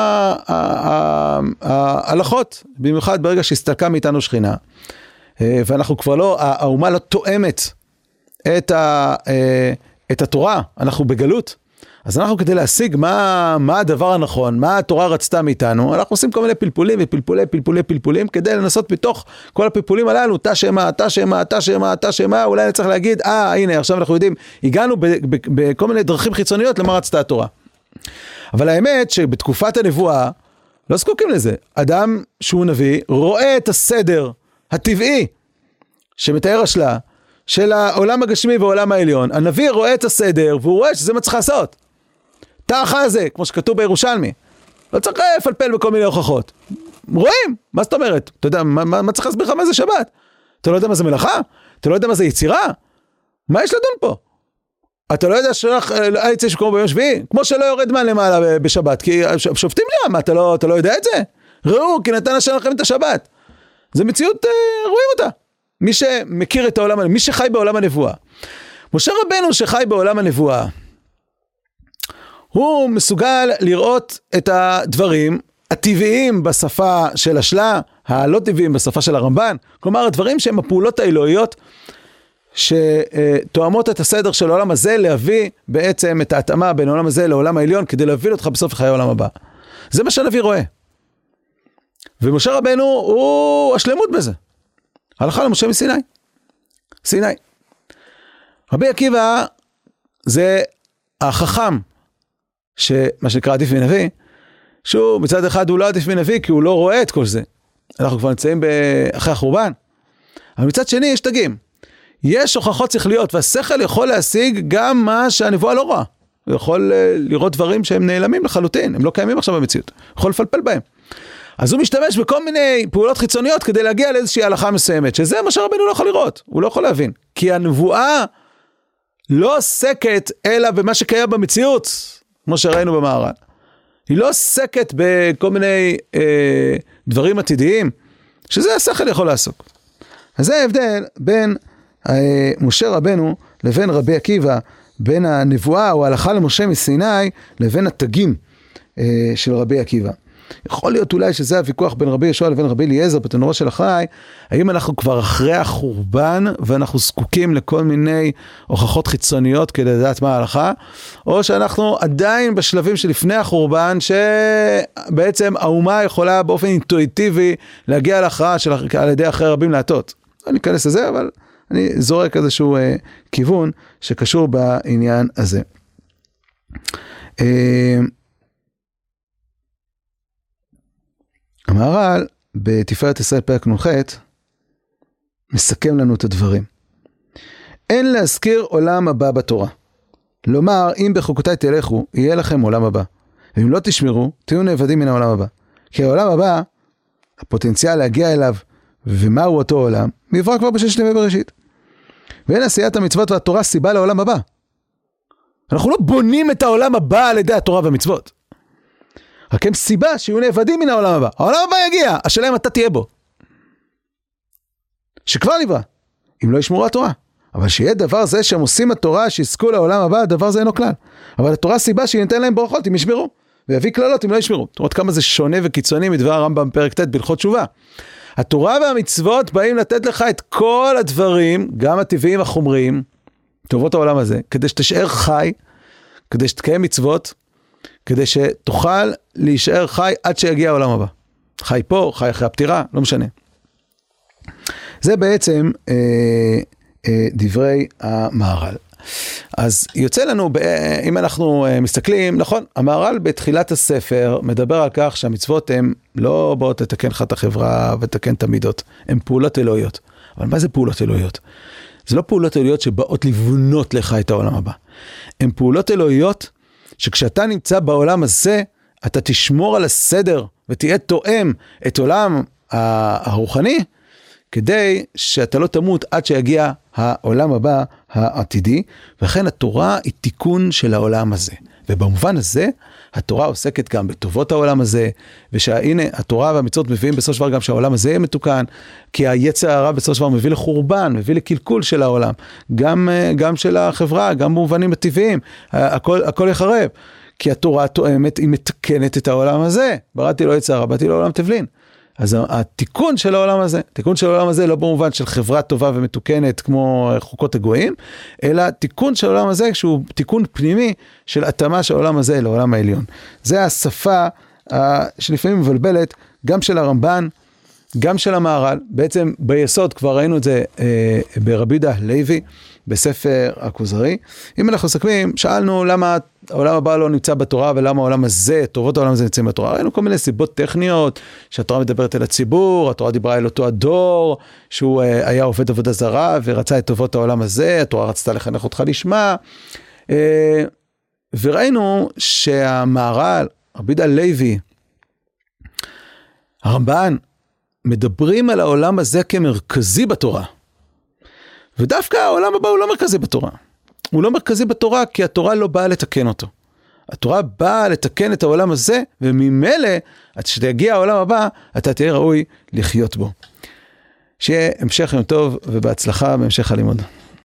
ההלכות, במיוחד ברגע שהסתלקה מאיתנו שכינה, ואנחנו כבר לא, האומה לא תואמת את, ה, את התורה, אנחנו בגלות, אז אנחנו כדי להשיג מה, מה הדבר הנכון, מה התורה רצתה מאיתנו, אנחנו עושים כל מיני פלפולים ופלפולי פלפולי פלפולים, כדי לנסות בתוך כל הפלפולים הללו, תא שמה, תא שמה, תא שמה, תא שמה, אולי נצטרך להגיד, אה, הנה, עכשיו אנחנו יודעים, הגענו בכל מיני דרכים חיצוניות למה רצתה התורה. אבל האמת שבתקופת הנבואה, לא זקוקים לזה. אדם שהוא נביא, רואה את הסדר הטבעי, שמתאר השלה, של העולם הגשמי והעולם העליון. הנביא רואה את הסדר, והוא רואה שזה מה צריך לעשות. תא אחר זה, כמו שכתוב בירושלמי. לא צריך לפלפל בכל מיני הוכחות. רואים, מה זאת אומרת? אתה יודע, מה, מה, מה צריך להסביר לך מה זה שבת? אתה לא יודע מה זה מלאכה? אתה לא יודע מה זה יצירה? מה יש לדון פה? אתה לא יודע שלך, היצא שקורא ביום שביעי? כמו שלא יורד מן למעלה בשבת, כי שופטים שם, אתה לא, אתה לא יודע את זה? ראו, כי נתן השם לכם את השבת. זה מציאות, רואים אותה. מי שמכיר את העולם, מי שחי בעולם הנבואה. משה רבנו שחי בעולם הנבואה, הוא מסוגל לראות את הדברים הטבעיים בשפה של השלה, הלא טבעיים בשפה של הרמב"ן, כלומר הדברים שהם הפעולות האלוהיות, שתואמות את הסדר של העולם הזה, להביא בעצם את ההתאמה בין העולם הזה לעולם העליון, כדי להביא אותך בסוף לחיי העולם הבא. זה מה שהנביא רואה. ומשה רבנו הוא השלמות בזה. הלכה למשה מסיני. סיני. רבי עקיבא זה החכם, שמה שנקרא עדיף מנביא, שהוא מצד אחד הוא לא עדיף מנביא, כי הוא לא רואה את כל זה. אנחנו כבר נמצאים אחרי החורבן. אבל מצד שני יש תגים. יש הוכחות שכליות, והשכל יכול להשיג גם מה שהנבואה לא רואה. הוא יכול לראות דברים שהם נעלמים לחלוטין, הם לא קיימים עכשיו במציאות. הוא יכול לפלפל בהם. אז הוא משתמש בכל מיני פעולות חיצוניות כדי להגיע לאיזושהי הלכה מסוימת, שזה מה שרבנו לא יכול לראות, הוא לא יכול להבין. כי הנבואה לא עוסקת אלא במה שקיים במציאות, כמו שראינו במהר"ל. היא לא עוסקת בכל מיני אה, דברים עתידיים, שזה השכל יכול לעסוק. אז זה ההבדל בין משה רבנו לבין רבי עקיבא, בין הנבואה או ההלכה למשה מסיני לבין התגים של רבי עקיבא. יכול להיות אולי שזה הוויכוח בין רבי ישוע לבין רבי אליעזר בתנורו של החי, האם אנחנו כבר אחרי החורבן ואנחנו זקוקים לכל מיני הוכחות חיצוניות כדי לדעת מה ההלכה, או שאנחנו עדיין בשלבים שלפני החורבן, שבעצם האומה יכולה באופן אינטואיטיבי להגיע להכרעה על ידי אחרי רבים להטות. אני אכנס לזה, אבל אני זורק איזשהו אה, כיוון שקשור בעניין הזה. אה, המהר"ל בתפארת ישראל פרק נ"ח מסכם לנו את הדברים. אין להזכיר עולם הבא בתורה. לומר, אם בחוקותיי תלכו, יהיה לכם עולם הבא. ואם לא תשמרו, תהיו נאבדים מן העולם הבא. כי העולם הבא, הפוטנציאל להגיע אליו, ומהו אותו עולם, נברא כבר בששת ימי בראשית. ואין עשיית המצוות והתורה סיבה לעולם הבא. אנחנו לא בונים את העולם הבא על ידי התורה והמצוות. רק הם סיבה שיהיו נאבדים מן העולם הבא. העולם הבא יגיע, השאלה אם אתה תהיה בו. שכבר נברא, אם לא ישמרו התורה. אבל שיהיה דבר זה שהם עושים התורה, שיזכו לעולם הבא, הדבר זה אינו כלל. אבל התורה סיבה שינתן להם ברכות אם ישמרו, ויביא כללות אם לא ישמרו. תראו כמה זה שונה וקיצוני מדבר הרמב"ם פרק ט' בהלכות תשובה. התורה והמצוות באים לתת לך את כל הדברים, גם הטבעיים החומריים, טובות העולם הזה, כדי שתשאר חי, כדי שתקיים מצוות, כדי שתוכל להישאר חי עד שיגיע העולם הבא. חי פה, חי אחרי הפטירה, לא משנה. זה בעצם אה, אה, דברי המהר"ל. אז יוצא לנו, אם אנחנו מסתכלים, נכון, המהר"ל בתחילת הספר מדבר על כך שהמצוות הן לא באות לתקן לך את החברה ותקן את המידות, הן פעולות אלוהיות. אבל מה זה פעולות אלוהיות? זה לא פעולות אלוהיות שבאות לבנות לך את העולם הבא. הן פעולות אלוהיות שכשאתה נמצא בעולם הזה, אתה תשמור על הסדר ותהיה תואם את עולם הרוחני, כדי שאתה לא תמות עד שיגיע העולם הבא העתידי, וכן התורה היא תיקון של העולם הזה. ובמובן הזה, התורה עוסקת גם בטובות העולם הזה, ושהנה התורה והמצוות מביאים בסופו של דבר גם שהעולם הזה יהיה מתוקן, כי היצר הרע בסופו של דבר מביא לחורבן, מביא לקלקול של העולם, גם, גם של החברה, גם במובנים הטבעיים, הכל, הכל יחרב. כי התורה תואמת, היא מתקנת את העולם הזה. בראתי לו יצר הרע, באתי לו עולם תבלין. אז התיקון של העולם הזה, תיקון של העולם הזה לא במובן של חברה טובה ומתוקנת כמו חוקות הגויים, אלא תיקון של העולם הזה שהוא תיקון פנימי של התאמה של העולם הזה לעולם העליון. זה השפה שלפעמים מבלבלת גם של הרמב"ן, גם של המהר"ל, בעצם ביסוד כבר ראינו את זה אה, ברבי יהודה הלוי, בספר הכוזרי. אם אנחנו מסכמים, שאלנו למה העולם הבא לא נמצא בתורה, ולמה העולם הזה, טובות העולם הזה נמצאים בתורה. ראינו כל מיני סיבות טכניות, שהתורה מדברת אל הציבור, התורה דיברה אל אותו הדור, שהוא אה, היה עובד עבודה זרה, ורצה את טובות העולם הזה, התורה רצתה לחנך אותך לשמה. אה, וראינו שהמהר"ל, רבי יהודה הלוי, הרמב"ן, מדברים על העולם הזה כמרכזי בתורה. ודווקא העולם הבא הוא לא מרכזי בתורה. הוא לא מרכזי בתורה כי התורה לא באה לתקן אותו. התורה באה לתקן את העולם הזה, וממילא, עד שתגיע העולם הבא, אתה תהיה ראוי לחיות בו. שיהיה המשך יום טוב ובהצלחה בהמשך הלימוד.